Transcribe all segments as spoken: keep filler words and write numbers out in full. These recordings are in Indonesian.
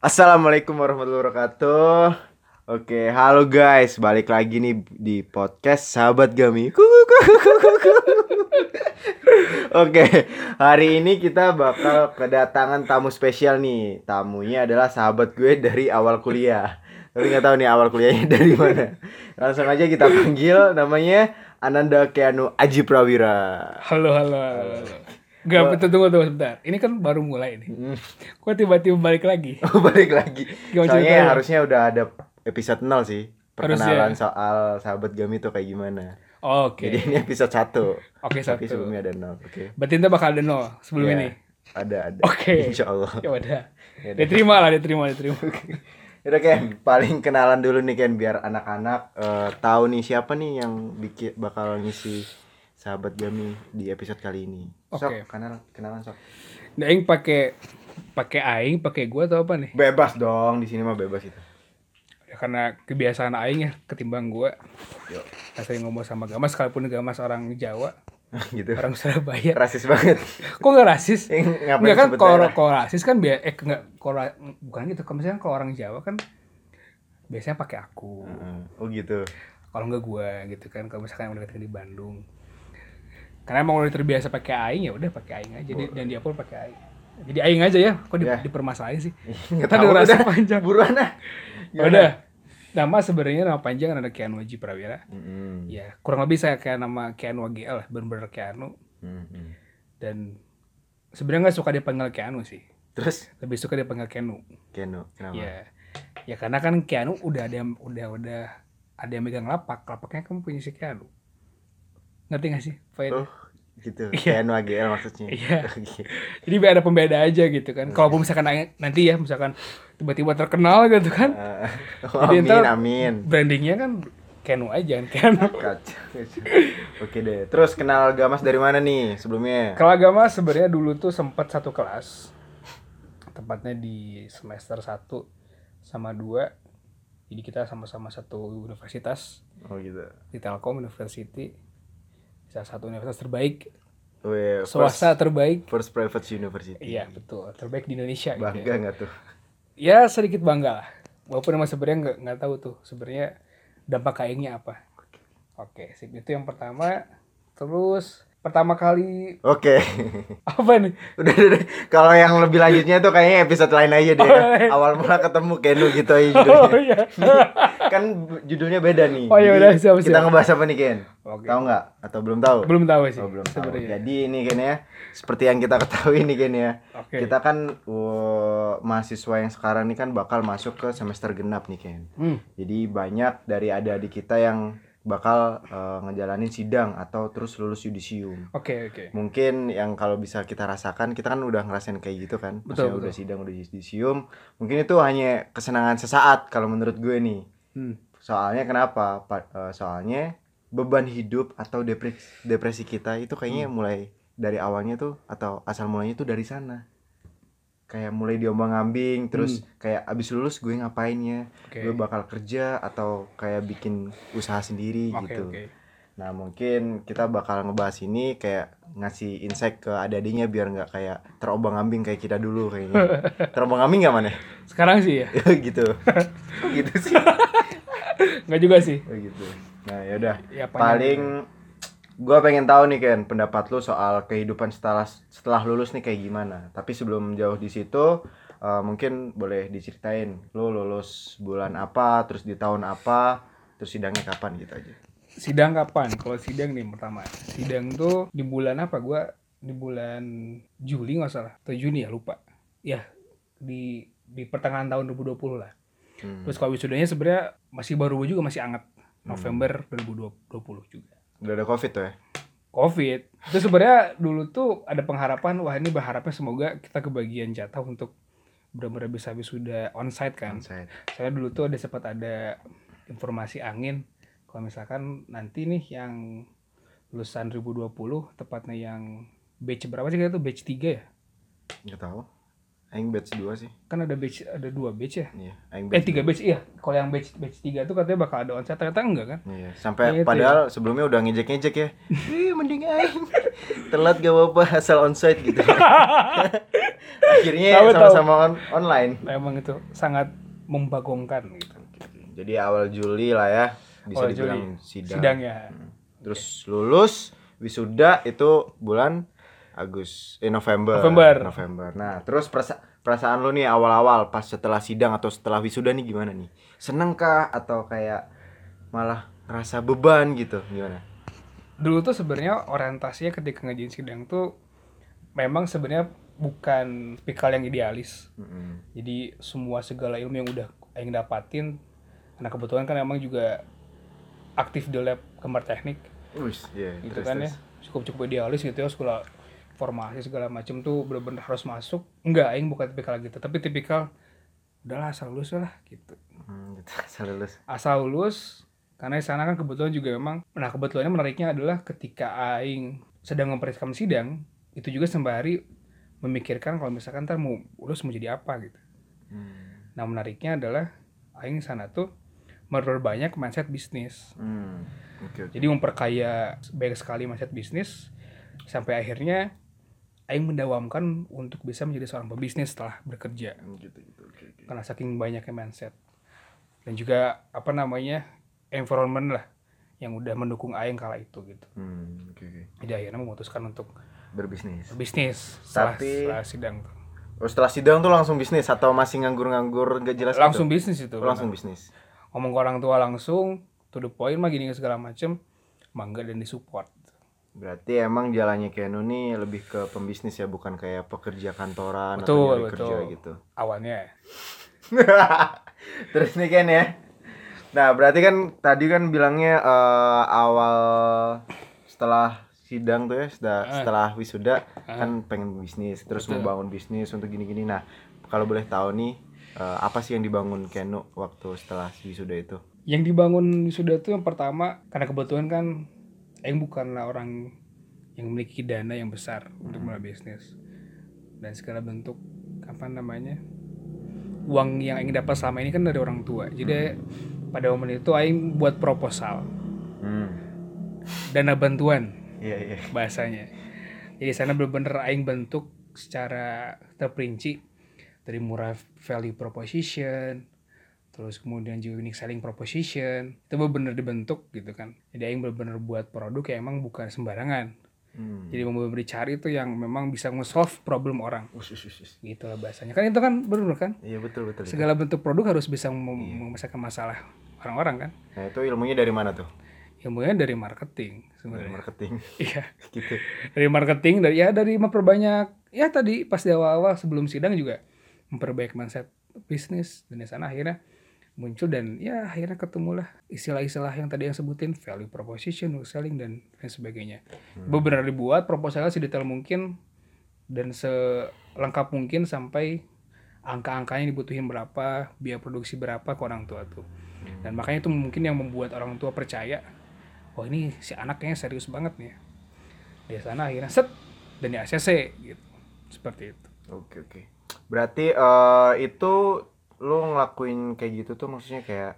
Assalamualaikum warahmatullahi wabarakatuh. Oke, halo guys, balik lagi nih di podcast Sahabat Gami. Kuku, kuku, kuku, kuku. Oke, hari ini kita bakal kedatangan tamu spesial nih. Tamunya adalah sahabat gue dari awal kuliah. Tapi nggak tahu nih awal kuliahnya dari mana. Langsung aja kita panggil, namanya Ananda Keanu Aji Prawira. Halo, halo, halo, halo. Gak, Wah. betul, tunggu, tunggu sebentar. Ini kan baru mulai nih. Hmm. Kok tiba-tiba balik lagi? Oh, balik lagi. Gimana Soalnya ceritanya? harusnya udah ada episode nol sih. Perkenalan Harusnya. soal sahabat Gami itu kayak gimana. Oke. Jadi ini episode satu. Oke, Tapi satu. sebelumnya ada nol. Oke. Berarti kita bakal ada nol sebelum Iya, ini. Ada ada. Oke. Insya Allah. Ya udah. Ya udah. Diterima lah, diterima, diterima. Udah Ken, paling kenalan dulu nih Ken biar anak-anak eh, tahu nih siapa nih yang bikin bakal ngisi sahabat Gami di episode kali ini. Sok, Oke. kenal kenalan sok. Nah, Aing pakai pakai aing, pakai gua atau apa nih? Bebas dong, di sini mah bebas itu. Ya, karena kebiasaan aing ya ketimbang gua. Yuk. Nah, saya ngomong sama Gamas, sekalipun Gamas orang Jawa, Gitu. orang Surabaya. Rasis banget. Kok nggak rasis? Eh, ngapain Enggak kan, sebut kalau daerah? kalau rasis kan biar eh enggak kalau ra- bukan gitu. Kalau misalnya kalau orang Jawa kan biasanya pakai aku. Heeh. Oh gitu. Kalau enggak gua gitu kan. Kalau misalkan udah ketemu di Bandung. Karena emang udah terbiasa pakai aing, ya udah pakai aing aja. Jadi dan dia pun pakai aing. Jadi aing aja ya. Kok di, Ya. dipermasalahin sih? Nggak Kita tahu, durasi udah. panjang. Buruan ah. Ya udah. Nama sebenarnya nama panjang ada Keanu Aji Prawira. Mm-mm. Ya, kurang lebih saya kayak nama Keanu A G L lah, bener-bener Keanu. Mm-mm. Dan sebenarnya nggak suka dipanggil Keanu sih. Terus Lebih suka dipanggil Kenu. Keno, kenapa? Ya, ya karena kan Keanu udah ada yang udah udah ada yang megang lapak, lapaknya kan punya si Keanu. Ngerti gak sih? Faedah? Oh, gitu. Iya. Keno A G L maksudnya. Iya. Oke. Jadi biar ada pembeda aja gitu kan. Kalaupun misalkan na- nanti ya misalkan tiba-tiba terkenal gitu kan. Eh, oh, Jadi amin, ntar amin. brandingnya kan Keanu aja kan Keanu. Kacau, kacau. Oke deh. Terus kenal Gamas dari mana nih sebelumnya? Kalau agama sebenarnya dulu tuh sempat satu kelas. Tepatnya di semester satu sama dua. Jadi kita sama-sama satu universitas Oh gitu. di Telkom University. Salah satu universitas terbaik, Weh, swasta first, terbaik. first private university. Iya, betul. Terbaik di Indonesia gitu Bangga ya. nggak tuh? Ya sedikit bangga lah. Walaupun emang sebenarnya nggak nggak tahu tuh sebenarnya dampak kaingnya apa. Oke, sip. Itu yang pertama. Terus pertama kali Oke. apa nih? Udah, udah, udah. Kalau yang lebih lanjutnya tuh kayaknya episode lain aja deh. Oh, ya. iya. Awal mula ketemu Keno gitu aja Oh judulnya. iya. Kan judulnya beda nih. Oh, ya Jadi udah, siap, kita siap. ngebahas apa nih Ken? Oke. Tahu nggak? Atau belum tahu? Belum tahu sih. Oh, belum tahu. sebenarnya. Jadi ini Ken ya, seperti yang kita ketahui nih Ken ya. Oke. Kita kan uh, mahasiswa yang sekarang nih kan bakal masuk ke semester genap nih Ken. Hmm. Jadi banyak dari adik-adik kita yang bakal uh, ngejalanin sidang atau terus lulus yudisium. Oke, oke. Mungkin yang kalau bisa kita rasakan, kita kan udah ngerasain kayak gitu kan. Betul, Maksudnya betul. udah sidang, udah yudisium. Mungkin itu hanya kesenangan sesaat kalau menurut gue nih. Hmm. Soalnya kenapa? Pa- eh, soalnya beban hidup atau depresi depresi kita itu kayaknya Hmm. mulai dari awalnya tuh atau asal mulanya tuh dari sana. Kayak mulai diombang-ambing, terus kayak abis lulus gue ngapain ya? Hmm. Oke. Gue bakal kerja atau kayak bikin usaha sendiri Oke, gitu. oke. Nah mungkin kita bakal ngebahas ini kayak ngasih insight ke adik-adiknya biar nggak kayak terombang-ambing kayak kita dulu kayaknya. Terombang-ambing nggak mana? Sekarang sih ya. Gitu. Kok gitu sih. Enggak juga sih. Oh gitu. Nah yaudah. Ya, panjang Paling gue pengen tahu nih Ken pendapat lu soal kehidupan setelah setelah lulus nih kayak gimana. Tapi sebelum jauh di situ eh, mungkin boleh diceritain lu lulus bulan apa, terus di tahun apa, terus sidangnya kapan gitu aja. Sidang kapan? Kalau sidang nih pertama. Sidang tuh di bulan apa? Gua di bulan Juli nggak salah atau Juni ya lupa. Ya di di pertengahan tahun dua ribu dua puluh lah. Hmm. Terus kalau wisudanya sebenarnya masih baru juga masih anget. November dua ribu dua puluh juga. Udah ada covid tuh ya? Covid. Terus sebenarnya dulu tuh ada pengharapan, wah ini berharapnya semoga kita kebagian jatah untuk benar-benar bisa wisuda onsite kan. Onsite. Saya dulu tuh ada sempat ada informasi angin kalau misalkan nanti nih yang lulusan dua ribu dua puluh tepatnya yang batch berapa sih kita tuh batch tiga ya? Nggak tahu. Aing batch dua sih. Kan ada batch, ada dua batch ya. Iya, aing Eh tiga batch iya. Kalau yang batch batch tiga tuh katanya bakal ada onsite, ternyata enggak kan? Iya, sampai Ya, itu padahal sebelumnya udah ngejek-ngejek ya. Ih, mending aing telat gak apa-apa asal onsite gitu. Akhirnya Tahu, sama-sama on- online. Memang itu sangat membagongkan gitu. Jadi awal Juli lah ya bisa Awal dibilang Juli. sidang. Sidang ya. Terus lulus wisuda itu bulan Agus eh November. November. November. Nah, terus perasa- perasaan lu nih awal-awal pas setelah sidang atau setelah wisuda nih gimana nih? Seneng kah atau kayak malah ngerasa beban gitu? Gimana? Dulu tuh sebenarnya orientasinya ketika ngajuin sidang tuh memang sebenarnya bukan tipikal yang idealis. Mm-mm. Jadi semua segala ilmu yang udah yang dapatin, karena kebetulan kan emang juga aktif di lab gambar teknik Wis, iya, gitu terus, kan terus. ya, cukup cukup idealis gitu ya, sekolah formasi segala macem tuh bener-bener harus masuk. Enggak, aing bukan tipikal gitu, tapi tipikal udahlah asal lulus lah gitu. Hmm, gitu. Asal lulus. Asal lulus, karena di sana kan kebetulan juga emang, nah kebetulannya menariknya adalah ketika aing sedang mempersiapkan sidang, itu juga sembari memikirkan kalau misalkan ntar mau lulus mau jadi apa gitu. Hmm. Nah menariknya adalah aing sana tuh memperbanyak mindset bisnis. Hmm. Oke, oke. Jadi memperkaya banyak sekali mindset bisnis sampai akhirnya aing mendawamkan untuk bisa menjadi seorang pebisnis setelah bekerja. Hmm, gitu gitu. Oke, oke. Karena saking banyaknya mindset. Dan juga apa namanya? environment lah yang udah mendukung aing kala itu gitu. Hmm, oke, oke. Jadi akhirnya memutuskan untuk Berbisnis. bisnis setelah, Tapi- setelah sidang tuh. Oh, setelah sidang tuh langsung bisnis atau masih nganggur-nganggur gak jelas Langsung gitu? bisnis itu. Oh, langsung benar. bisnis. Ngomong ke orang tua langsung, to the point mah gini segala macem, mangga dan disupport. Berarti emang jalannya Kenu nih lebih ke pembisnis ya, bukan kayak pekerja kantoran atau Betul, nyari betul. kerja gitu. Awalnya. Terus nih Ken ya. Nah, berarti kan tadi kan bilangnya eh, awal setelah sidang tuh ya, setelah, setelah wisuda kan pengen bisnis, terus Betul. mau bangun bisnis untuk gini-gini. Nah, kalau boleh tahu nih eh, apa sih yang dibangun Kenu waktu setelah wisuda itu? Yang dibangun sudah tuh yang pertama, karena kebetulan kan aing bukanlah orang yang memiliki dana yang besar untuk mulai bisnis. Dan segala bentuk apa namanya? Uang yang aing dapat selama ini kan dari orang tua. Jadi pada momen itu aing buat proposal, Hmm. dana bantuan Iya, iya. bahasanya. Jadi sana bener-bener aing bentuk secara terperinci dari murah value proposition, terus kemudian juga unique selling proposition, itu bener-bener dibentuk gitu kan. Jadi aing bener-bener buat produk yang emang bukan sembarangan. Hmm. Jadi bener-bener cari itu yang memang bisa nge-solve problem orang. Us, us, us, us. Gitu lah bahasanya. Kan itu kan bener kan? Iya, betul betul. itu. Segala bentuk produk harus bisa mem- menyelesaikan masalah orang-orang kan. Nah, itu ilmunya dari mana tuh? Ilmunya dari marketing Dari sebenarnya. marketing. Iya. Gitu. Dari marketing, dari ya dari memperbanyak, ya tadi pas di awal-awal sebelum sidang juga memperbaik mindset bisnis, dan di sana akhirnya muncul dan ya akhirnya ketemulah istilah-istilah yang tadi yang sebutin, value proposition, unique selling dan lain sebagainya. Benar-benar dibuat proposalnya sedetail mungkin dan selengkap mungkin sampai angka-angkanya dibutuhin berapa, biaya produksi berapa ke orang tua tuh. Dan makanya itu mungkin yang membuat orang tua percaya, oh ini si anaknya serius banget nih. Di sana akhirnya set dan di A C C gitu. Seperti itu. Oke, oke. Berarti eh, itu lo ngelakuin kayak gitu tuh maksudnya kayak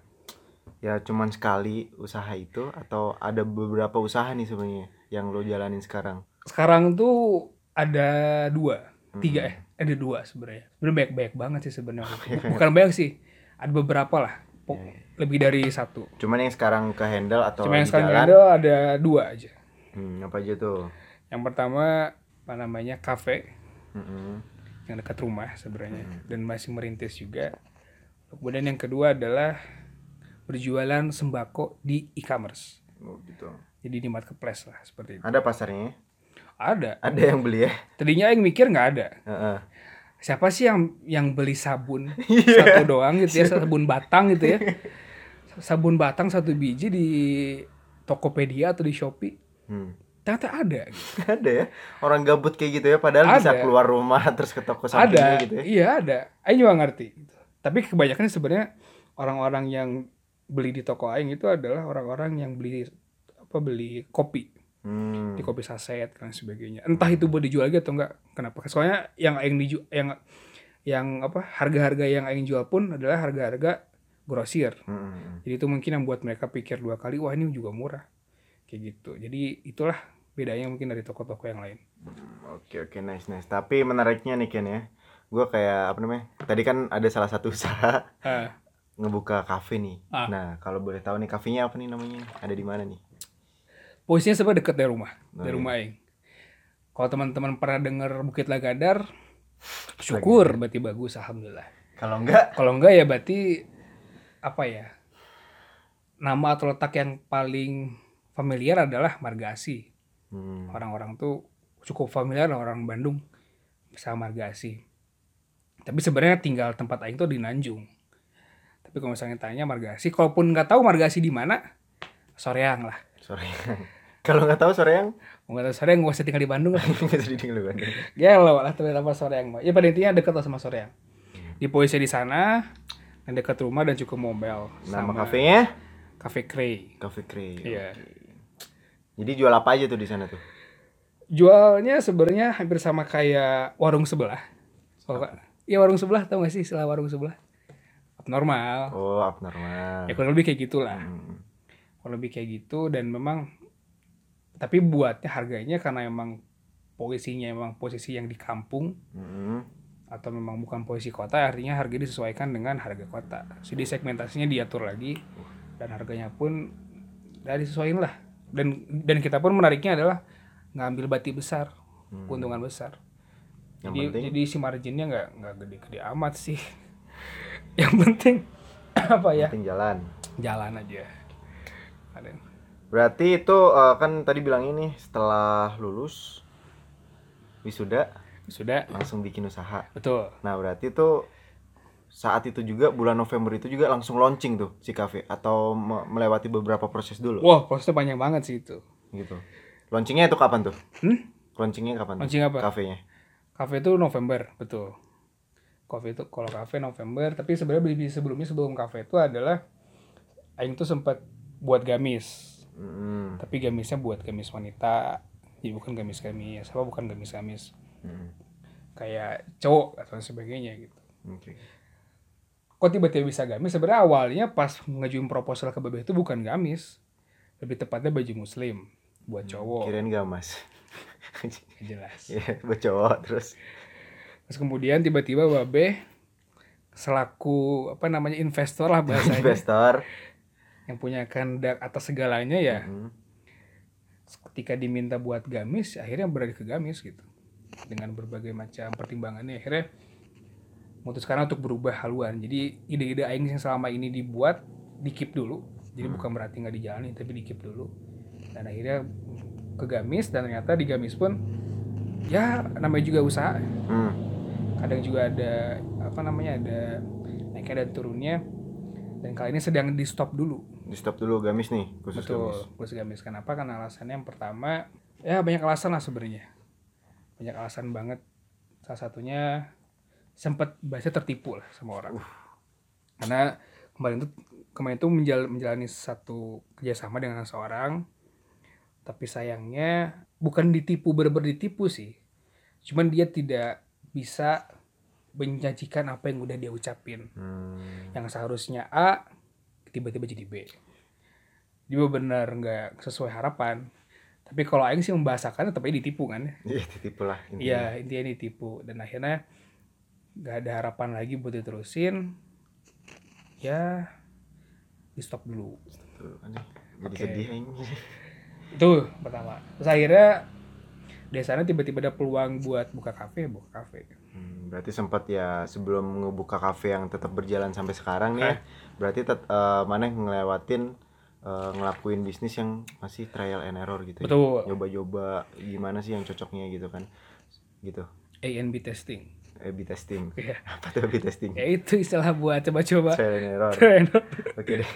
ya cuman sekali usaha itu atau ada beberapa usaha nih sebenarnya yang lo jalanin sekarang? Sekarang tuh ada dua, tiga eh ada dua sebenarnya. Sebenarnya banyak-banyak banget sih sebenarnya. Bukan banyak sih, ada beberapa lah. Pok- lebih dari satu. Cuman yang sekarang ke handle atau Cuma yang lagi sekarang jalan? ada ada dua aja. Hmm, apa aja tuh? Yang pertama apa namanya kafe Mm-mm. yang dekat rumah sebenarnya dan masih merintis juga. Kemudian yang kedua adalah berjualan sembako di e-commerce. Oh, gitu. Jadi di marketplace lah seperti itu. Ada pasarnya? Ada. Ada yang beli ya? Tadinya yang mikir nggak ada. Heeh. Siapa sih yang yang beli sabun satu doang gitu ya, sabun batang gitu ya. Sabun batang satu biji di Tokopedia atau di Shopee. Hmm. Ternyata ada gitu. Ada ya? Orang gabut kayak gitu ya padahal bisa Ada. keluar rumah terus ke toko sampingnya Ada. gitu ya. Iya ada. Aing juga ngerti gitu. Tapi kebanyakan sebenarnya orang-orang yang beli di toko aing itu adalah orang-orang yang beli apa beli kopi. Hmm. Di kopi saset dan sebagainya. Entah itu buat dijual lagi atau enggak. Kenapa? Soalnya yang aing dijual yang yang apa harga-harga yang aing jual pun adalah harga-harga grosir. Hmm. Jadi itu mungkin yang buat mereka pikir dua kali, wah ini juga murah. Kayak gitu. Jadi itulah bedanya mungkin dari toko-toko yang lain. Oke oke nice nice. Tapi menariknya nih Ken ya. Gue kayak apa namanya? Tadi kan ada salah satu usaha Ah, ngebuka kafe nih. ah. Nah, kalau boleh tahu nih kafenya apa nih namanya? Ada di mana nih? Posisinya sebenarnya deket dari rumah, Oh, dari iya. rumah aing. Kalau teman-teman pernah dengar Bukit Lagadar, syukur berarti bagus, alhamdulillah. Kalau enggak, Kalau enggak ya berarti apa ya? Nama atau letak yang paling familiar adalah Marga Asih. hmm, Orang-orang tuh cukup familiar lah orang Bandung sama Marga Asih. Tapi sebenarnya tinggal tempat aing tuh di Nanjung. Tapi kalau misalnya tanya Marga Asih, kalaupun nggak tahu Marga Asih di mana, Soreang lah. sore. Kalau nggak tahu sore yang Mau nggak tahu Soreang nggak usah tinggal di Bandung lah. nggak jadi dulu kan. Gelo lah tapi apa Soreang mah. Ya pada intinya deket lah sama Soreang. Di posisi di sana, yang dekat rumah dan cukup mobile. Nama Sama kafenya? Cafe Cray. Cafe Cray. Iya. Jadi jual apa aja tuh di sana tuh? Jualnya sebenarnya hampir sama kayak warung sebelah. Oh, iya warung sebelah, tau gak sih istilah warung sebelah? Abnormal. Oh, abnormal. Ya kurang lebih kayak gitulah. Hmm. Kurang lebih kayak gitu dan memang tapi buatnya harganya karena emang posisinya emang posisi yang di kampung Hmm. atau memang bukan posisi kota, artinya harga disesuaikan dengan harga kota. Jadi segmentasinya diatur lagi dan harganya pun dari disesuaikan lah. Dan dan kita pun menariknya adalah ngambil bati besar, Hmm. keuntungan besar. Yang Jadi penting jadi si marginnya nggak nggak gede-gede amat sih. Yang penting apa ya? penting jalan. Jalan aja. Ada. Berarti itu eh, kan tadi bilang ini setelah lulus wisuda Sudah, langsung bikin usaha. betul. Nah, berarti itu saat itu juga bulan November itu juga langsung launching tuh si kafe atau me- melewati beberapa proses dulu Wah, prosesnya panjang banget sih itu. gitu. Launchingnya itu kapan tuh? Hmm? Launchingnya kapan? tuh? Launching apa? Kafenya. Kafe itu November, betul. Kafe itu kalau kafe November, tapi sebenarnya bi- sebelumnya sebelum kafe itu adalah aing tuh sempat buat gamis. Mm-mm. Tapi gamisnya buat gamis wanita. Jadi bukan gamis-gamis, apa bukan gamis-gamis Mm-mm. kayak cowok atau sebagainya gitu. Oke. Kok tiba-tiba bisa gamis? Sebenarnya awalnya pas ngajuin proposal ke Babeh itu bukan gamis. Lebih tepatnya baju muslim buat cowok. Kirain gamas. Nggak jelas. Iya, buat cowok terus. Terus kemudian tiba-tiba Babeh selaku apa namanya investor lah bahasanya Investor. yang punya kehendak atas segalanya ya Mm. ketika diminta buat gamis akhirnya beralih ke gamis gitu dengan berbagai macam pertimbangannya akhirnya memutuskan untuk berubah haluan. Jadi ide-ide aing yang selama ini dibuat di keep dulu, jadi bukan berarti nggak dijalani tapi di keep dulu dan akhirnya ke gamis dan ternyata di gamis pun ya namanya juga usaha, Hmm. kadang juga ada apa namanya ada naiknya dan turunnya dan kali ini sedang di stop dulu. Di stop dulu gamis nih, khusus gamis. Betul, khusus gamis. Kenapa? Karena alasannya yang pertama, ya banyak alasan lah sebenarnya. Banyak alasan banget. Salah satunya sempat bahasa tertipu lah sama orang. Karena kemarin tuh kemarin tuh menjal, menjalani satu kerjasama dengan seorang, tapi sayangnya bukan ditipu bener-bener ditipu sih. Cuman dia tidak bisa menjanjikan apa yang udah dia ucapin. Hmm. Yang seharusnya A tiba-tiba jadi B. Dia benar nggak sesuai harapan. Tapi kalau aing sih membahasakannya tapi ditipu kan. Iya, ditipu lah intinya. Iya, intinya ditipu dan akhirnya nggak ada harapan lagi buat diterusin. Ya di stop dulu. Tuh, aneh. Jadi Oke. sedih ini. Itu pertama. Terus akhirnya dari sana tiba-tiba ada peluang buat buka kafe, buka kafe. Hmm, berarti sempat ya sebelum ngebuka kafe yang tetap berjalan sampai sekarang nih ya. Eh. Berarti tet, eh, mana ngelewatin eh, ngelakuin bisnis yang masih trial and error gitu. Betul. Ya. Nyoba-nyoba gimana sih yang cocoknya gitu kan. Gitu. A and B testing. A B testing. Iya. Apa tuh A B testing? Ya itu istilah buat coba-coba. Trial and error. Keren. Oke deh.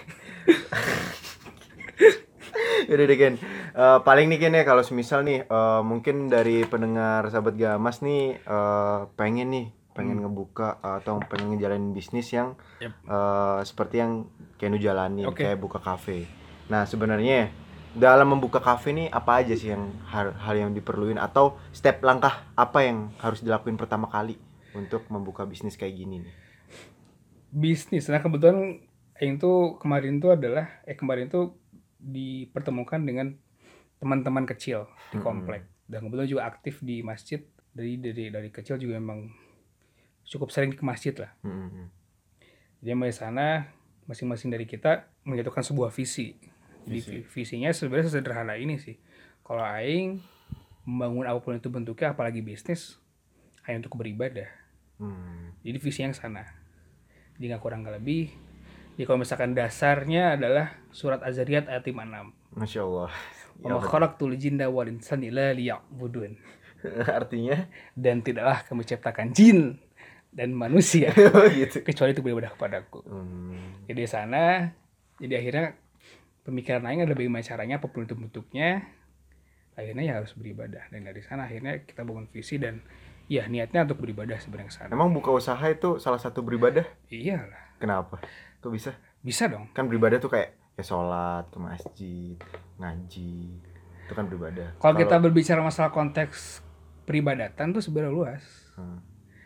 Yaudah deh Ken. Eh, paling nih Ken ya kalau semisal nih eh, mungkin dari pendengar sahabat Gamas nih eh, pengen nih pengen ngebuka atau pengen ngejalanin bisnis yang Yep. eh, seperti yang Kenu jalani Oke. kayak buka kafe. Nah sebenarnya dalam membuka kafe nih apa aja sih yang hal, hal yang diperluin atau step langkah apa yang harus dilakuin pertama kali? untuk membuka bisnis kayak gini nih? Bisnis. Nah kebetulan Aing tuh kemarin tuh adalah eh kemarin tuh dipertemukan dengan teman-teman kecil di komplek dan kebetulan juga aktif di masjid. Dari dari dari kecil juga emang cukup sering ke masjid lah. Mm-mm. Jadi dari sana masing-masing dari kita menyatukan sebuah visi. Jadi Visi. visinya sebenarnya sederhana ini sih. Kalau Aing membangun apapun itu bentuknya, apalagi bisnis, hanya untuk beribadah. Hmm. Jadi visi yang sana. Jadi nggak kurang nggak lebih. Jadi kalau misalkan dasarnya adalah surat Az-Zariyat ayat lima puluh enam. Masya Allah. Wa ma khalaqtul jinna wal insana illa liya'budun. Artinya Dan tidaklah kami ciptakan jin dan manusia gitu. kecuali itu beribadah kepadaku. Hmm. Jadi di sana, jadi akhirnya pemikiran Aing adalah bagaimana caranya apapun itu bentuknya, akhirnya ya harus beribadah. Dan dari sana akhirnya kita bangun visi dan ya niatnya untuk beribadah sebenarnya ke sana. Emang buka usaha itu salah satu beribadah? Iyalah, Kenapa? Kok bisa? bisa dong. Kan beribadah tuh kayak ya sholat ke masjid, ngaji, itu kan beribadah. Kalau kita berbicara masalah konteks peribadatan tuh sebenarnya luas. Hmm.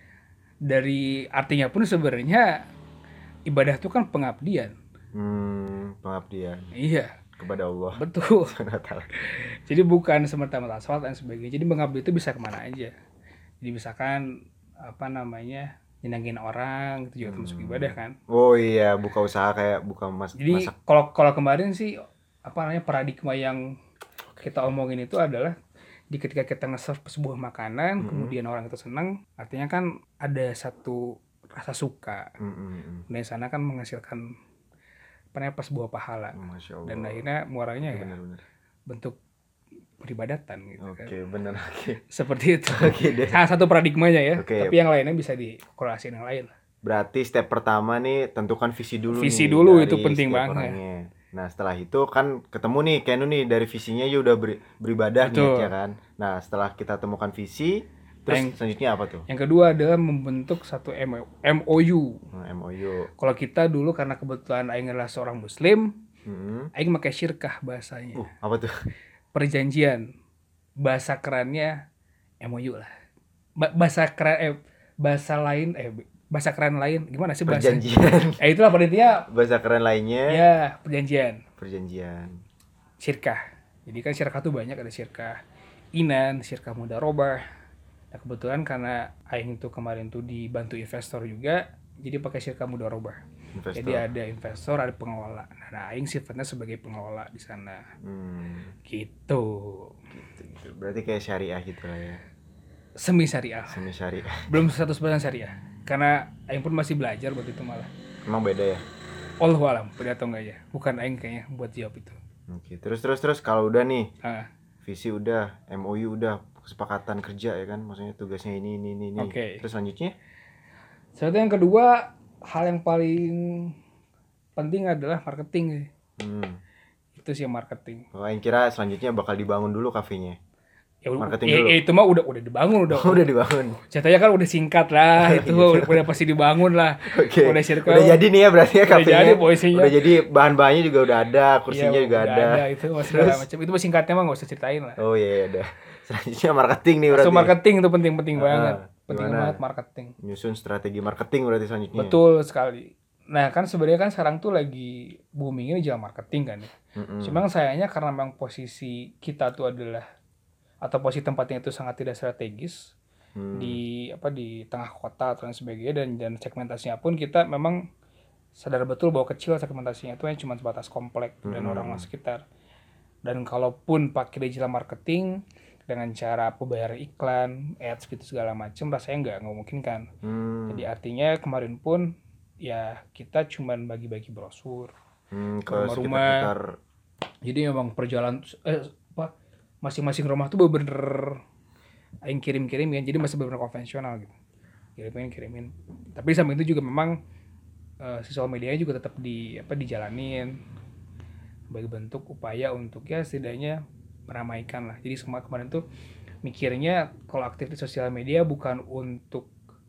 Dari artinya pun sebenarnya ibadah itu kan pengabdian. Hmm, pengabdian Iya, kepada Allah betul. Subhanahu wa ta'ala. Jadi bukan semata-mata sholat dan sebagainya. Jadi mengabdi itu bisa kemana aja. Jadi misalkan apa namanya nyenangin orang itu juga termasuk ibadah kan. Oh iya, buka usaha kayak buka mas Jadi masak. kalau kalau kemarin sih apa namanya paradigma yang kita omongin itu adalah di ketika kita nge-serve sebuah makanan, kemudian orang itu senang, artinya kan ada satu rasa suka. Mm-mm. Dan sana kan menghasilkan apa namanya pas sebuah pahala. Masya Allah. Dan akhirnya muaranya ya Benar-benar. bentuk peribadatan gitu kan. Oke, benar. Oke. Seperti itu. Oke deh. Salah satu paradigmanya ya. Oke. Tapi yang lainnya bisa dikorelasiin yang lain. Berarti step pertama nih tentukan visi dulu Visi nih. dulu dari itu penting setiap banget. orangnya. Nah setelah itu kan ketemu nih Kenu nih dari visinya ya udah beri- beribadah Betul. niatnya kan. Nah setelah kita temukan visi, terus Yang- selanjutnya apa tuh? Yang kedua adalah membentuk satu M O U. Nah, M O U. Kalau kita dulu karena kebetulan Aing adalah seorang muslim, Hmm. Aing pakai syirkah bahasanya. Uh, apa tuh? Perjanjian. Bahasa kerennya M O U lah. Ba- bahasa keren eh bahasa lain eh bahasa keren lain gimana sih bahasa? Perjanjian. Eh itulah pada intinya Bahasa keren lainnya. ya perjanjian. Perjanjian. Syirkah. Jadi kan syirkah tuh banyak, ada syirkah inan, syirkah mudarobah. Nah kebetulan karena Aing tuh kemarin tuh dibantu investor juga, jadi pakai syirkah mudarobah. Investor. Jadi ada investor, ada pengelola. Nah Aing sifatnya sebagai pengelola di sana. Hmm, Gitu. gitu, gitu. Berarti kayak syariah gitu lah ya. Semi syariah. Semi syariah. Belum seratus persen syariah. Karena Aing pun masih belajar buat itu malah. Emang beda ya? Allahu alam, beda atau enggak ya? Bukan Aing kayaknya buat jawab itu. Oke, terus terus terus kalau udah nih, Ah, visi udah, M O U udah, kesepakatan kerja ya kan, maksudnya tugasnya ini ini ini. ini. Oke. Terus selanjutnya? Satu yang kedua, hal yang paling penting adalah marketing sih. Hmm. Itu sih marketing. Oh, yang kira selanjutnya bakal dibangun dulu kafenya. Ya, Marketing ya, dulu. ya, itu mah udah udah dibangun udah. udah dibangun. Ceritanya kan udah singkat lah, itu udah, udah pasti dibangun lah. Oke. Udah circle. Udah jadi nih ya berarti ya Udah kafenya. jadi posisinya. Udah jadi bahan-bahannya juga udah ada, kursinya Iya, juga udah ada. Itu segala macam. Itu mah singkatnya mah nggak usah ceritain lah. Oh iya, iya udah. Selanjutnya marketing nih berarti. So marketing itu penting-penting Ah, banget. Penting gimana? banget marketing. Nyusun strategi marketing berarti selanjutnya. Betul sekali. Nah kan sebenarnya kan sekarang tuh lagi booming ini jalan marketing kan ya. Mm-mm. Cuma sayangnya karena memang posisi kita tuh adalah atau posisi tempatnya itu sangat tidak strategis Hmm. di apa di tengah kota atau lain sebagainya dan dan segmentasinya pun kita memang sadar betul bahwa kecil segmentasinya itu yang cuma sebatas komplek dan Hmm. orang sekitar. Dan kalaupun pakai digital marketing dengan cara pembayaran iklan, ads gitu segala macam rasanya nggak nggak mungkin kan. Hmm. Jadi artinya kemarin pun ya kita cuman bagi-bagi brosur. Hmm, ke rumah-rumah. sekitar-sekitar. Jadi memang perjalanan eh apa masing-masing rumah tuh bener-bener aing kirim-kirim ya. Jadi masih bener-bener konvensional gitu. Kirimin kirimin. Tapi di samping itu juga memang eh, sosial medianya juga tetap di apa dijalanin sebagai bentuk upaya untuk ya setidaknya meramaikan lah. Jadi semua kemarin tuh mikirnya kalau aktif di sosial media bukan untuk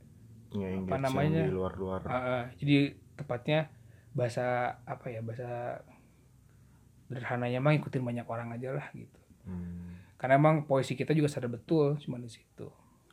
Ya, apa engage namanya? yang di luar-luar. Uh, uh, jadi tepatnya bahasa apa ya bahasa sederhananya mah ngikutin banyak orang aja lah gitu. Hmm. Karena emang posisi kita juga sadar betul cuma di situ.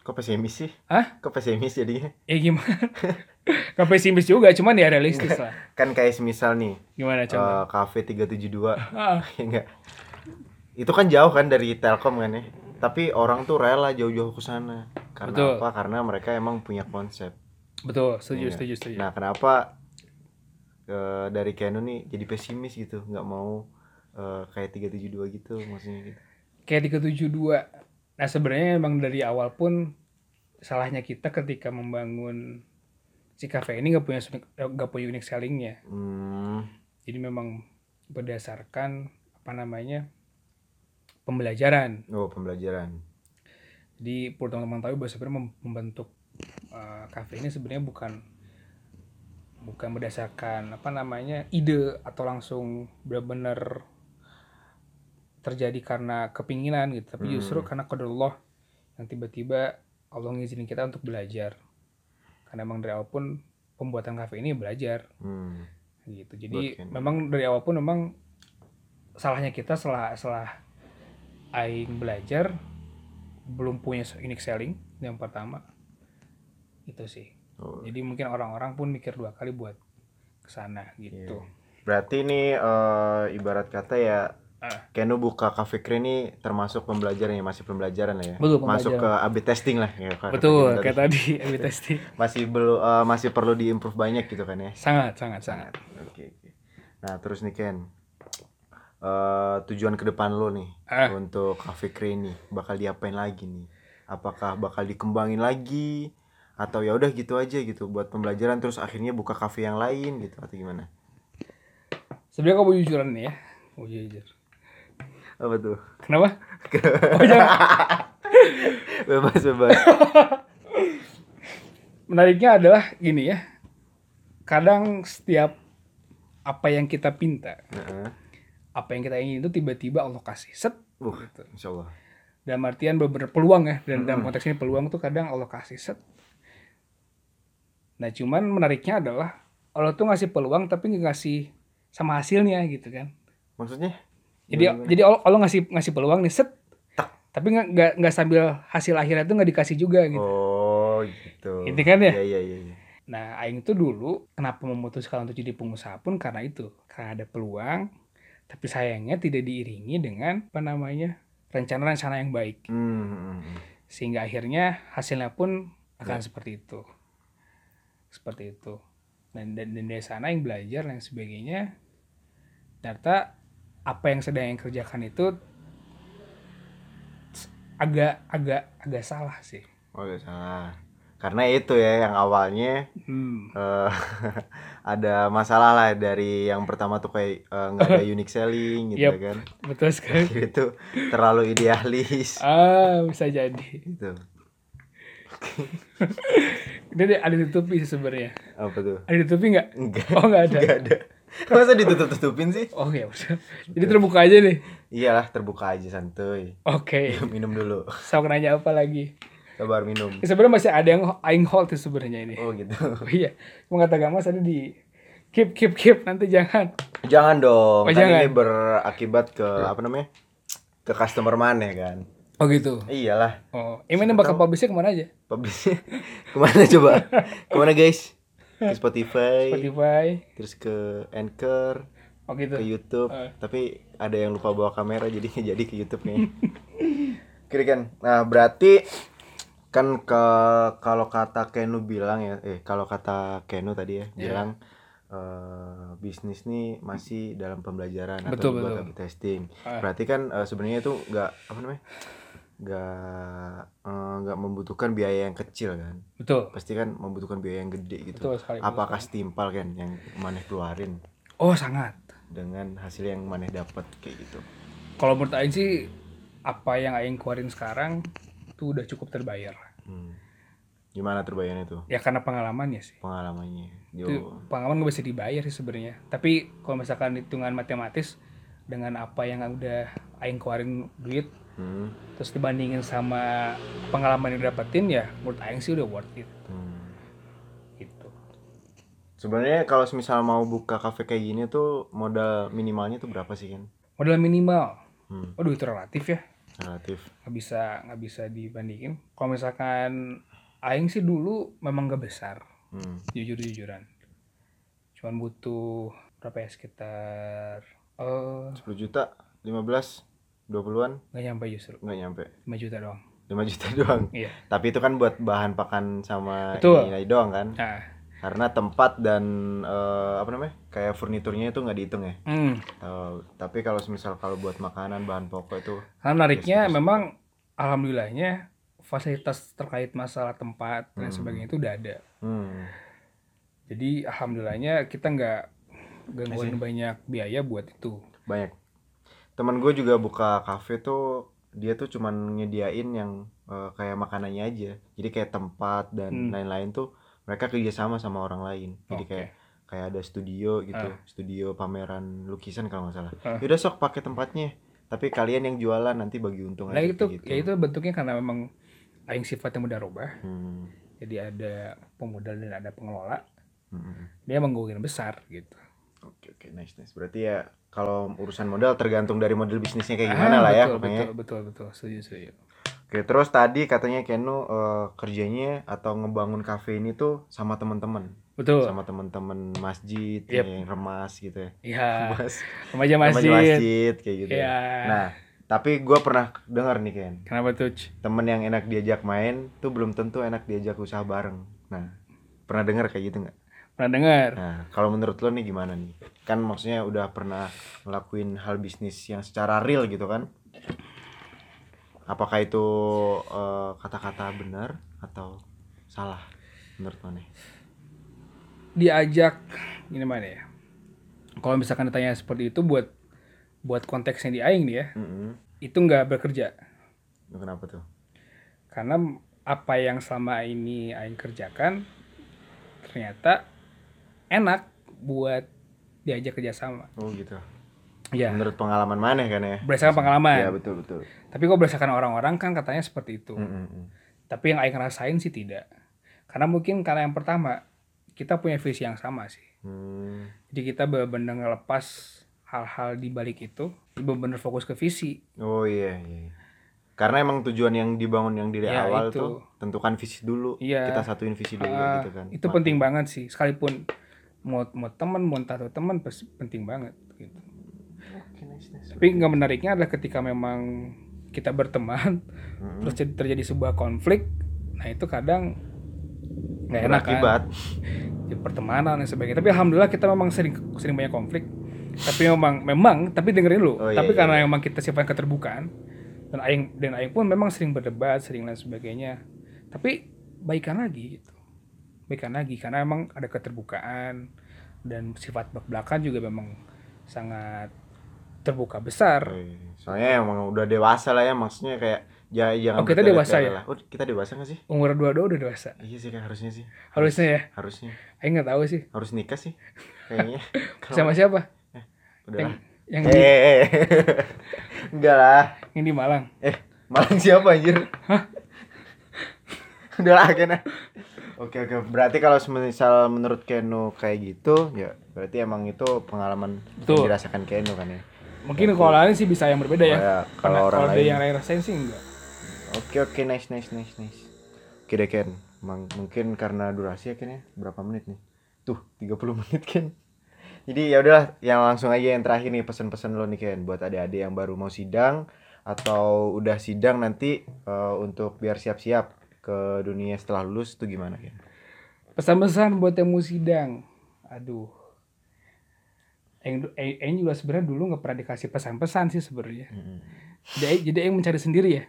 Kok pesimis sih? Hah? Kok pesimis jadinya? Ya gimana? Gak pesimis juga, cuman ya realistis lah. Kan kayak semisal nih, Gimana eh contoh? Cafe tiga tujuh dua. Ah, Ya enggak. Itu kan jauh kan dari Telkom kan ya. Tapi orang tuh rela jauh-jauh ke sana. Karena betul, apa? Karena mereka emang punya konsep. betul, Ya setuju, enggak? setuju, setuju. Nah, kenapa eh, dari Canon nih jadi pesimis gitu, nggak mau eh, kayak tiga tujuh dua gitu maksudnya gitu. Kayak di ketujuh dua. Nah sebenarnya emang dari awal pun salahnya kita ketika membangun si cafe ini nggak punya nggak punya unique sellingnya. Hmm, Jadi memang berdasarkan apa namanya pembelajaran. oh pembelajaran. Jadi perlu teman-teman tahu bahwa sebenarnya mem- membentuk uh, cafe ini sebenarnya bukan bukan berdasarkan apa namanya ide atau langsung benar-benar terjadi karena kepinginan gitu, tapi justru Hmm, karena qadarullah yang tiba-tiba Allah ngizinin kita untuk belajar. Karena emang dari awal pun pembuatan kafe ini belajar hmm, gitu. buat Jadi Canon. memang dari awal pun memang salahnya kita setelah setelah aing belajar belum punya unique selling yang pertama itu sih. Oh, Jadi mungkin orang-orang pun mikir dua kali buat kesana iya. gitu. Berarti ini eh, ibarat kata ya Ah, Kenu buka Cafe Kre ini termasuk pembelajaran ya, masih pembelajaran lah ya. betul Masuk ke pembelajaran. A B testing lah ya kata Betul Kenu kayak tadi. tadi A B testing. Masih belum eh, masih perlu diimprove banyak gitu kan ya. Sangat sangat sangat. Sangat. Oke, oke. Nah, terus nih Ken, eh, tujuan ke depan lo nih Ah, untuk Cafe Kre ini bakal diapain lagi nih? Apakah bakal dikembangin lagi atau ya udah gitu aja gitu buat pembelajaran terus akhirnya buka cafe yang lain gitu atau gimana? sebenarnya kamu jujuran nih ya. Oh jujur. Apa tuh? Kenapa? Oh jangan. Bebas bebas. Menariknya adalah gini ya. Kadang setiap apa yang kita pinta, Heeh. apa yang kita ingin itu tiba-tiba Allah kasih set Uh, gitu. insyaallah. Dalam artian beberapa peluang ya, dan dalam Mm-mm. konteks ini peluang tuh kadang Allah kasih set. Nah cuman menariknya adalah Allah tuh ngasih peluang tapi nggak ngasih sama hasilnya gitu kan. Maksudnya? Jadi Gimana, gimana? jadi Allah, Allah ngasih ngasih peluang nih set, Tak. tapi nggak nggak nggak sambil hasil akhirnya tuh nggak dikasih juga gitu. Oh, gitu. Gitu kan ya? Iya, iya, iya, iya. Nah, Aing tuh dulu kenapa memutuskan untuk jadi pengusaha pun karena itu. Karena ada peluang, tapi sayangnya tidak diiringi dengan apa namanya rencana-rencana yang baik. Hmm, hmm, hmm. Sehingga akhirnya hasilnya pun akan Ya. seperti itu. Seperti itu. Dan, dan, dan dari sana yang belajar dan sebagainya, ternyata apa yang sedang yang kerjakan itu agak agak agak salah sih. Oh, gak salah. Karena itu ya yang awalnya Hmm. eh, ada masalah lah dari yang pertama tuh kayak eh, nggak ada unique selling gitu Yep, kan. betul sekali. Akhirnya itu terlalu idealis Ah, bisa jadi. gitu. Ini deh, ada ditutupi sih sebenarnya. Apa tuh? Ada ditutupi nggak? Enggak. Oh nggak ada. Enggak ada. Masa ditutup-tutupin sih? Oh ya udah. Jadi terbuka aja nih. Iyalah, terbuka aja santuy. Oke. Minum dulu. Sok nanya apa lagi? Sabar minum. Ya, sebenarnya masih ada yang aing hold sih sebenarnya ini. Oh gitu. Oh iya. Cuma kata Gamas tadi di keep keep keep nanti jangan. Jangan dong. Oh, Kan jangan. ini berakibat ke apa namanya? Ke customer mana kan? Oh gitu. Iyalah. Oh, ini bakal publishnya kemana aja? Publishnya kemana coba? Kemana guys? Ke Spotify, Spotify. terus ke Anchor, Oh gitu. ke YouTube. Eh. Tapi ada yang lupa bawa kamera jadinya jadi ke YouTube nih. Kira kan. Nah, berarti kan ke kalau kata Kenu bilang ya, eh kalau kata Kenu tadi ya Iya. bilang eh, bisnis nih masih dalam pembelajaran Betul, atau betul. dibuat A B testing. Ah. Berarti kan eh, sebenarnya itu nggak apa namanya? nggak eh, nggak membutuhkan biaya yang kecil kan. Betul. Pasti kan membutuhkan biaya yang gede gitu. Betul sekali. betul Apakah sekali. setimpal kan yang maneh keluarin Oh sangat. dengan hasil yang maneh dapat kayak gitu. Kalau menurut Aing sih apa yang Aing keluarin sekarang tuh udah cukup terbayar. Hmm. Gimana terbayarnya tuh Ya karena pengalamannya sih. pengalamannya? Itu Yo. pengalaman gak bisa dibayar sih sebenarnya. Tapi kalau misalkan hitungan matematis dengan apa yang udah Aing keluarin duit, Hmm. terus dibandingin sama pengalaman yang dapetin, ya menurut Aing sih udah worth it Hmm. gitu. Sebenarnya kalau misal mau buka kafe kayak gini tuh modal minimalnya tuh berapa sih kan? Modal minimal, Hmm. waduh itu relatif ya. Relatif. nggak bisa nggak bisa dibandingin. Kalau misalkan aing sih dulu memang gak besar, Hmm. jujur-jujuran. Cuman butuh berapa ya, sekitar eh sepuluh juta, lima belas, dua puluhan, nggak nyampe justru nggak nyampe. lima juta doang. lima juta doang. Iya, Tapi itu kan buat bahan pakan sama betul. ini doang kan. Nah, Karena tempat dan eh, apa namanya? Kayak furniturnya itu nggak dihitung ya. hmm. Oh, tapi kalau misal kalau buat makanan bahan pokok itu Karena menariknya sekitar memang alhamdulillahnya fasilitas terkait masalah tempat dan Hmm. sebagainya itu udah ada. hmm. Jadi alhamdulillahnya kita nggak gangguin banyak biaya buat itu. banyak. Temen gue juga buka kafe tuh, dia tuh cuman nyediain yang eh, kayak makanannya aja. Jadi kayak tempat dan Hmm. lain-lain tuh mereka kerjasama sama orang lain. Jadi Oke. kayak kayak ada studio gitu, Ah. studio pameran lukisan kalau nggak salah. Ah. Yaudah sok pakai tempatnya. Tapi kalian yang jualan nanti bagi untung Nah aja itu kayak gitu. ya itu bentuknya karena memang aing sifatnya mudah rubah. Hmm. Jadi ada pemodal dan ada pengelola. Hmm. Dia emang gongin besar gitu. Oke oke nice nice. Berarti ya kalau urusan modal tergantung dari model bisnisnya kayak Ah, gimana lah ya betul, pokoknya. betul, betul, betul, setuju, setuju. Oke, terus tadi katanya Kenu eh, kerjanya atau ngebangun kafe ini tuh sama teman-teman, Betul. sama teman-teman masjid Yep. yang remas gitu ya. Iya. Remas, Remaja remaja masjid. masjid kayak gitu. Iya. Ya. Nah, tapi gue pernah dengar nih Ken, Kenapa tuh? C? temen yang enak diajak main tuh belum tentu enak diajak usaha bareng. Nah, pernah dengar kayak gitu nggak? Pernah dengar? Nah, kalau menurut lo nih gimana nih? Kan maksudnya udah pernah ngelakuin hal bisnis yang secara real gitu kan? Apakah itu eh, kata-kata benar atau salah menurut mana? Diajak gimana ya? Kalau misalkan ditanya seperti itu buat buat konteksnya di aing nih ya, Mm-mm. itu nggak bekerja. Itu kenapa tuh? Karena apa yang selama ini aing kerjakan ternyata enak buat diajak kerjasama. Oh gitu. Ya, Menurut pengalaman mana kan ya? berdasarkan pengalaman. Ya betul betul. Tapi kok berdasarkan orang-orang kan katanya seperti itu. Mm-mm. Tapi yang aing rasain sih tidak. Karena mungkin karena yang pertama kita punya visi yang sama sih. Hmm. Jadi kita benar-benar ngelepas hal-hal di balik itu, benar-benar fokus ke visi. Oh iya iya. Karena emang tujuan yang dibangun yang dari Ya, awal itu. tuh tentukan visi dulu. Iya. Kita satuin visi dulu Ah, gitu kan. itu penting banget sih. Sekalipun mau mau teman, mau entah tuh teman pasti penting banget gitu. Oke, nice, nice. Tapi nggak menariknya adalah ketika memang kita berteman, Mm-mm. terus jadi- terjadi sebuah konflik, nah itu kadang nggak enak kan. Berakibat. Di pertemanan dan sebagainya. Tapi alhamdulillah kita memang sering sering banyak konflik. Tapi memang memang tapi dengerin lu. Oh, iya, tapi iya, karena iya. memang kita sifatnya keterbukaan dan aing dan aing pun memang sering berdebat, sering lain sebagainya. Tapi baikan lagi gitu. Baikan lagi karena memang ada keterbukaan dan sifat belak-belakan juga memang sangat terbuka besar. Oh, iya. Soalnya emang udah dewasa lah ya, maksudnya kayak ya jangan Oh, kita dewasa bertele-tele ya? lah. Oh, kita dewasa gak sih? Umur dua-dua udah dewasa. Iya sih kan harusnya sih. Harusnya ya. Harusnya. Aing nggak tahu sih. Harus nikah sih kayaknya. Kalau- Sama siapa? Udah Yang lah. yang Eh, di, eh, eh. Enggak lah. yang di Malang. Eh, Malang siapa anjir? Udah lah Ken. Oke oke, berarti kalau misal menurut Kenu kayak gitu, ya berarti emang itu pengalaman Betul. yang dirasakan Kenu kan ya. Mungkin kalau lain sih bisa yang berbeda ya. Oh ya, Karena kalau orang kalau ada lain. yang lain rasain sih enggak. Oke oke, nice nice nice nice. Oke deh Ken, Emang, mungkin karena durasi ya Ken ya, berapa menit nih? Tuh, tiga puluh menit Ken. Jadi ya udahlah, yang langsung aja yang terakhir nih pesan-pesan lo nih Ken buat adik-adik yang baru mau sidang atau udah sidang nanti eh, untuk biar siap-siap ke dunia setelah lulus itu gimana Ken? Pesan-pesan buat yang mau sidang. Aduh. Yang yang juga sebenarnya dulu nggak pernah dikasih pesan-pesan sih sebenarnya. Jadi jadi yang mencari sendiri ya.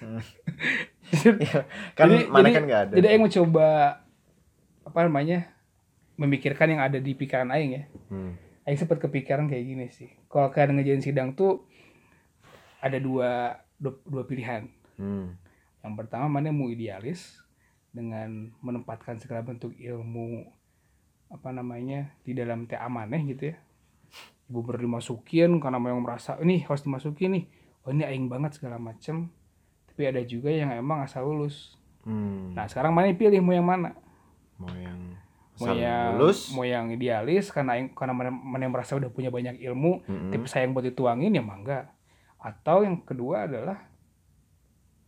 Kan jadi, mana jadi, kan nggak ada. Jadi yang mencoba apa namanya memikirkan yang ada di pikiran aing ya. Hmm. Aing sempat kepikiran kayak gini sih. Kalau kalian ngejain sidang tuh ada dua dua, dua pilihan. Hmm. Yang pertama mana mau idealis dengan menempatkan segala bentuk ilmu apa namanya di dalam teh amaneh gitu ya. Ibu baru dimasukin karena memang merasa ini harus dimasukin nih. Oh ini aing banget segala macem. Tapi ada juga yang emang asal lulus. Hmm. Nah sekarang mana pilih mau yang mana? Mau yang Mau asal yang lulus, mau yang idealis karena aing, karena mana, mana yang merasa udah punya banyak ilmu, Mm-mm. tapi sayang buat dituangin ya mangga. Atau yang kedua adalah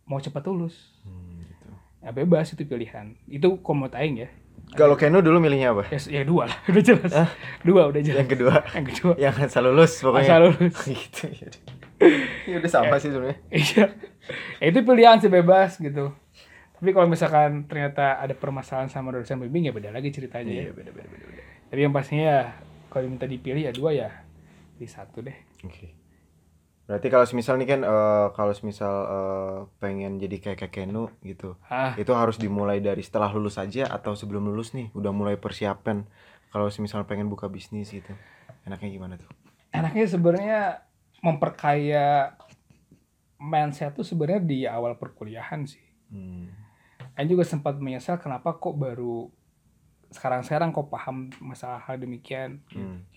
mau cepat lulus. Hmm, gitu. Ya bebas itu pilihan. Itu kalau menurut aing ya. Kalau Kenu dulu milihnya apa? Ya, ya dua lah, udah jelas. Hah? Dua udah jelas. Yang kedua. Yang kedua. Yang asal lulus pokoknya. Asal lulus. Gitu. Ya udah sama sih sebenarnya. Iya. Ya, itu pilihan sih bebas gitu. Tapi kalau misalkan ternyata ada permasalahan sama dosen bimbing ya beda lagi ceritanya ya. Iya, beda-beda beda-beda. Tapi yang pastinya ya kalau minta dipilih ya dua ya di satu deh. Oke. Berarti kalau semisal nih kan eh, kalau semisal eh, pengen jadi kayak Kak Kenu gitu. Ah, Itu harus dimulai dari setelah lulus aja atau sebelum lulus nih udah mulai persiapan kalau semisal pengen buka bisnis gitu. Enaknya gimana tuh? enaknya sebenarnya memperkaya mindset tuh sebenarnya di awal perkuliahan sih. Hmm. Aing juga sempat menyesal kenapa kok baru sekarang-sekarang kok paham masalah hal demikian. Hmm.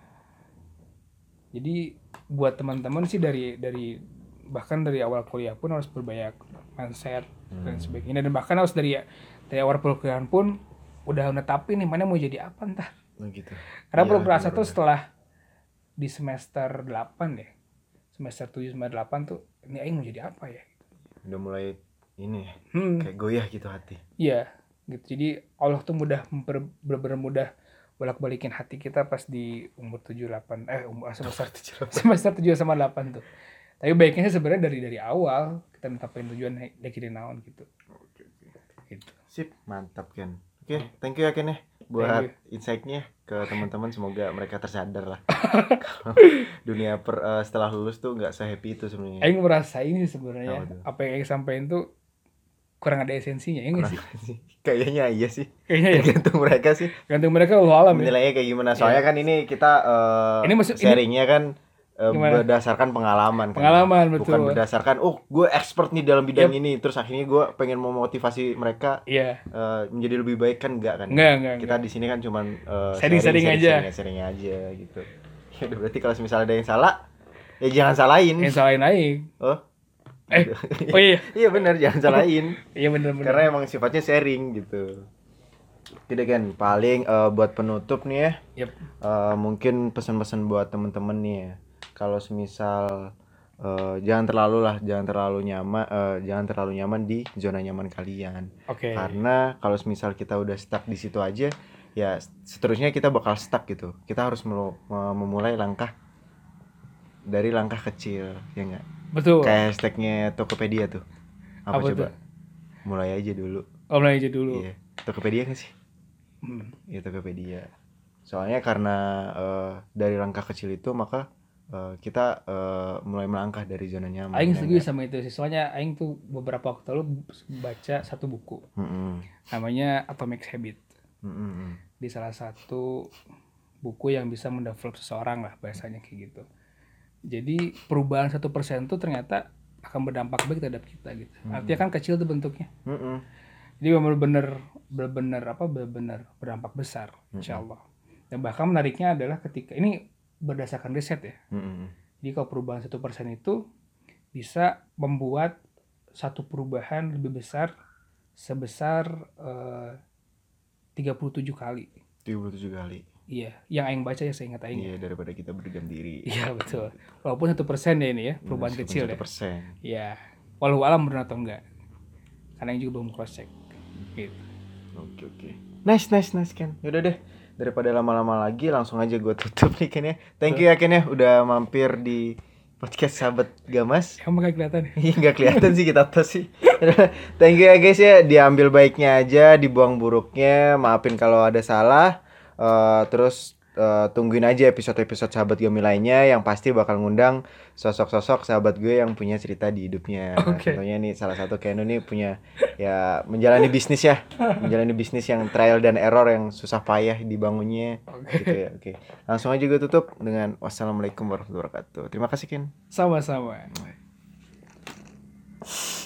Jadi buat teman-teman sih dari dari bahkan dari awal kuliah pun harus berbanyak mindset dan sebagainya, dan bahkan harus dari dari awal perkuliahan pun udah netapin nih mana mau jadi apa ntar. Oh gitu. Karena Iya, baru berasa tuh bener-bener. setelah di semester delapan deh. Semester tujuh semester delapan tuh ini aing mau jadi apa ya? Udah mulai ini ya, Hmm, kayak goyah gitu hati. iya gitu. Jadi Allah tuh mudah memper, bener-bener mudah bolak-balikin hati kita pas di umur tujuh delapan eh umur semester semester tujuh sama delapan tuh. Tapi baiknya sih sebenarnya dari dari awal kita netapin tujuan dari naon gitu. Oke, oke. Gitu. Sip, mantap Ken. Oke, thank you ya Ken ya buat Thank insight-nya ke teman-teman, semoga mereka tersadar lah. Kalau dunia per, eh, setelah lulus tuh nggak se-happy itu sebenarnya. Aing merasa ini sebenarnya Apa tuh? apa yang Aing sampaikan tuh kurang ada esensinya ya nggak sih? sih. Kayaknya iya sih. Kayaknya ya. Tergantung mereka sih. Gantung mereka Allah alam ya. Menilainya kayak gimana. Soalnya kan ini kita eh, Ini maksud- ini- sharingnya kan eh, Gimana? berdasarkan pengalaman kan. Pengalaman, Bukan betul. berdasarkan oh gue expert nih dalam bidang ini terus akhirnya gue pengen memotivasi mereka Iya. eh, menjadi lebih baik kan enggak kan. Enggak, enggak, Kita di sini kan cuman eh, Sharing-sharing aja. sharing aja gitu. Ya udah, berarti kalau misalnya ada yang salah ya jangan salahin. Yang salahin Aing. Oh. Eh, Gitu. oh iya. Iya benar, jangan salahin. Iya bener-bener. Karena emang sifatnya sharing gitu. Tidak kan, paling eh, buat penutup nih ya. Yep. eh, mungkin pesan-pesan buat temen-temen nih ya. Kalau semisal eh, jangan terlalu lah, jangan terlalu nyaman, eh, jangan terlalu nyaman di zona nyaman kalian. Oke. Karena kalau semisal kita udah stuck di situ aja, ya seterusnya kita bakal stuck gitu. Kita harus melu- memulai langkah dari langkah kecil, ya enggak? Betul. Kayak hashtagnya Tokopedia tuh. Apa, Apa coba? tuh? Mulai aja dulu. Oh, mulai aja dulu. Iya. Tokopedia kan sih? Hmm. Iya, Tokopedia. Soalnya karena eh, dari langkah kecil itu maka eh, kita eh, mulai melangkah dari zona nyaman. Aing ya setuju nggak? sama itu sih. Soalnya Aing tuh beberapa waktu lalu baca satu buku. Mm-mm. Namanya Atomic Habit. Mm-mm. Di salah satu buku yang bisa mendevelop seseorang lah bahasanya kayak gitu. Jadi perubahan satu persen tuh ternyata akan berdampak baik terhadap kita gitu. Artinya kan kecil tuh bentuknya. Mm-mm. Jadi benar-benar benar-benar apa benar-benar berdampak besar insya Allah. Dan bahkan menariknya adalah ketika ini berdasarkan riset ya. Mm-mm. Jadi kalau perubahan satu persen itu bisa membuat satu perubahan lebih besar sebesar eh, tiga puluh tujuh kali. tiga puluh tujuh kali. Iya, yang Aing baca ya saya ingat Aing. Iya, daripada kita berdiam diri. Iya betul. Walaupun satu persen ya ini ya perubahan Meskipun kecil satu ya. persen. Iya. Walau alam benar atau enggak. Karena Aing juga belum cross check. Gitu. Oke, oke. Nice, nice, nice Ken. Yaudah deh. Daripada lama-lama lagi langsung aja gue tutup nih Ken ya. Thank you ya Ken ya udah mampir di podcast Sahabat Gamas. Kamu gak kelihatan ya? Iya nggak kelihatan sih kita tos sih. Thank you ya guys ya, diambil baiknya aja, dibuang buruknya. Maafin kalau ada salah. Eh, terus eh, tungguin aja episode-episode Sahabat Gami lainnya yang pasti bakal ngundang sosok-sosok sahabat gue yang punya cerita di hidupnya. Oke. Contohnya nih salah satu Kenu nih punya ya menjalani bisnis ya, menjalani bisnis yang trial dan error yang susah payah dibangunnya. Oke. Gitu ya. Oke. Langsung aja gue tutup dengan wassalamualaikum warahmatullahi wabarakatuh. Terima kasih Ken. Sama-sama.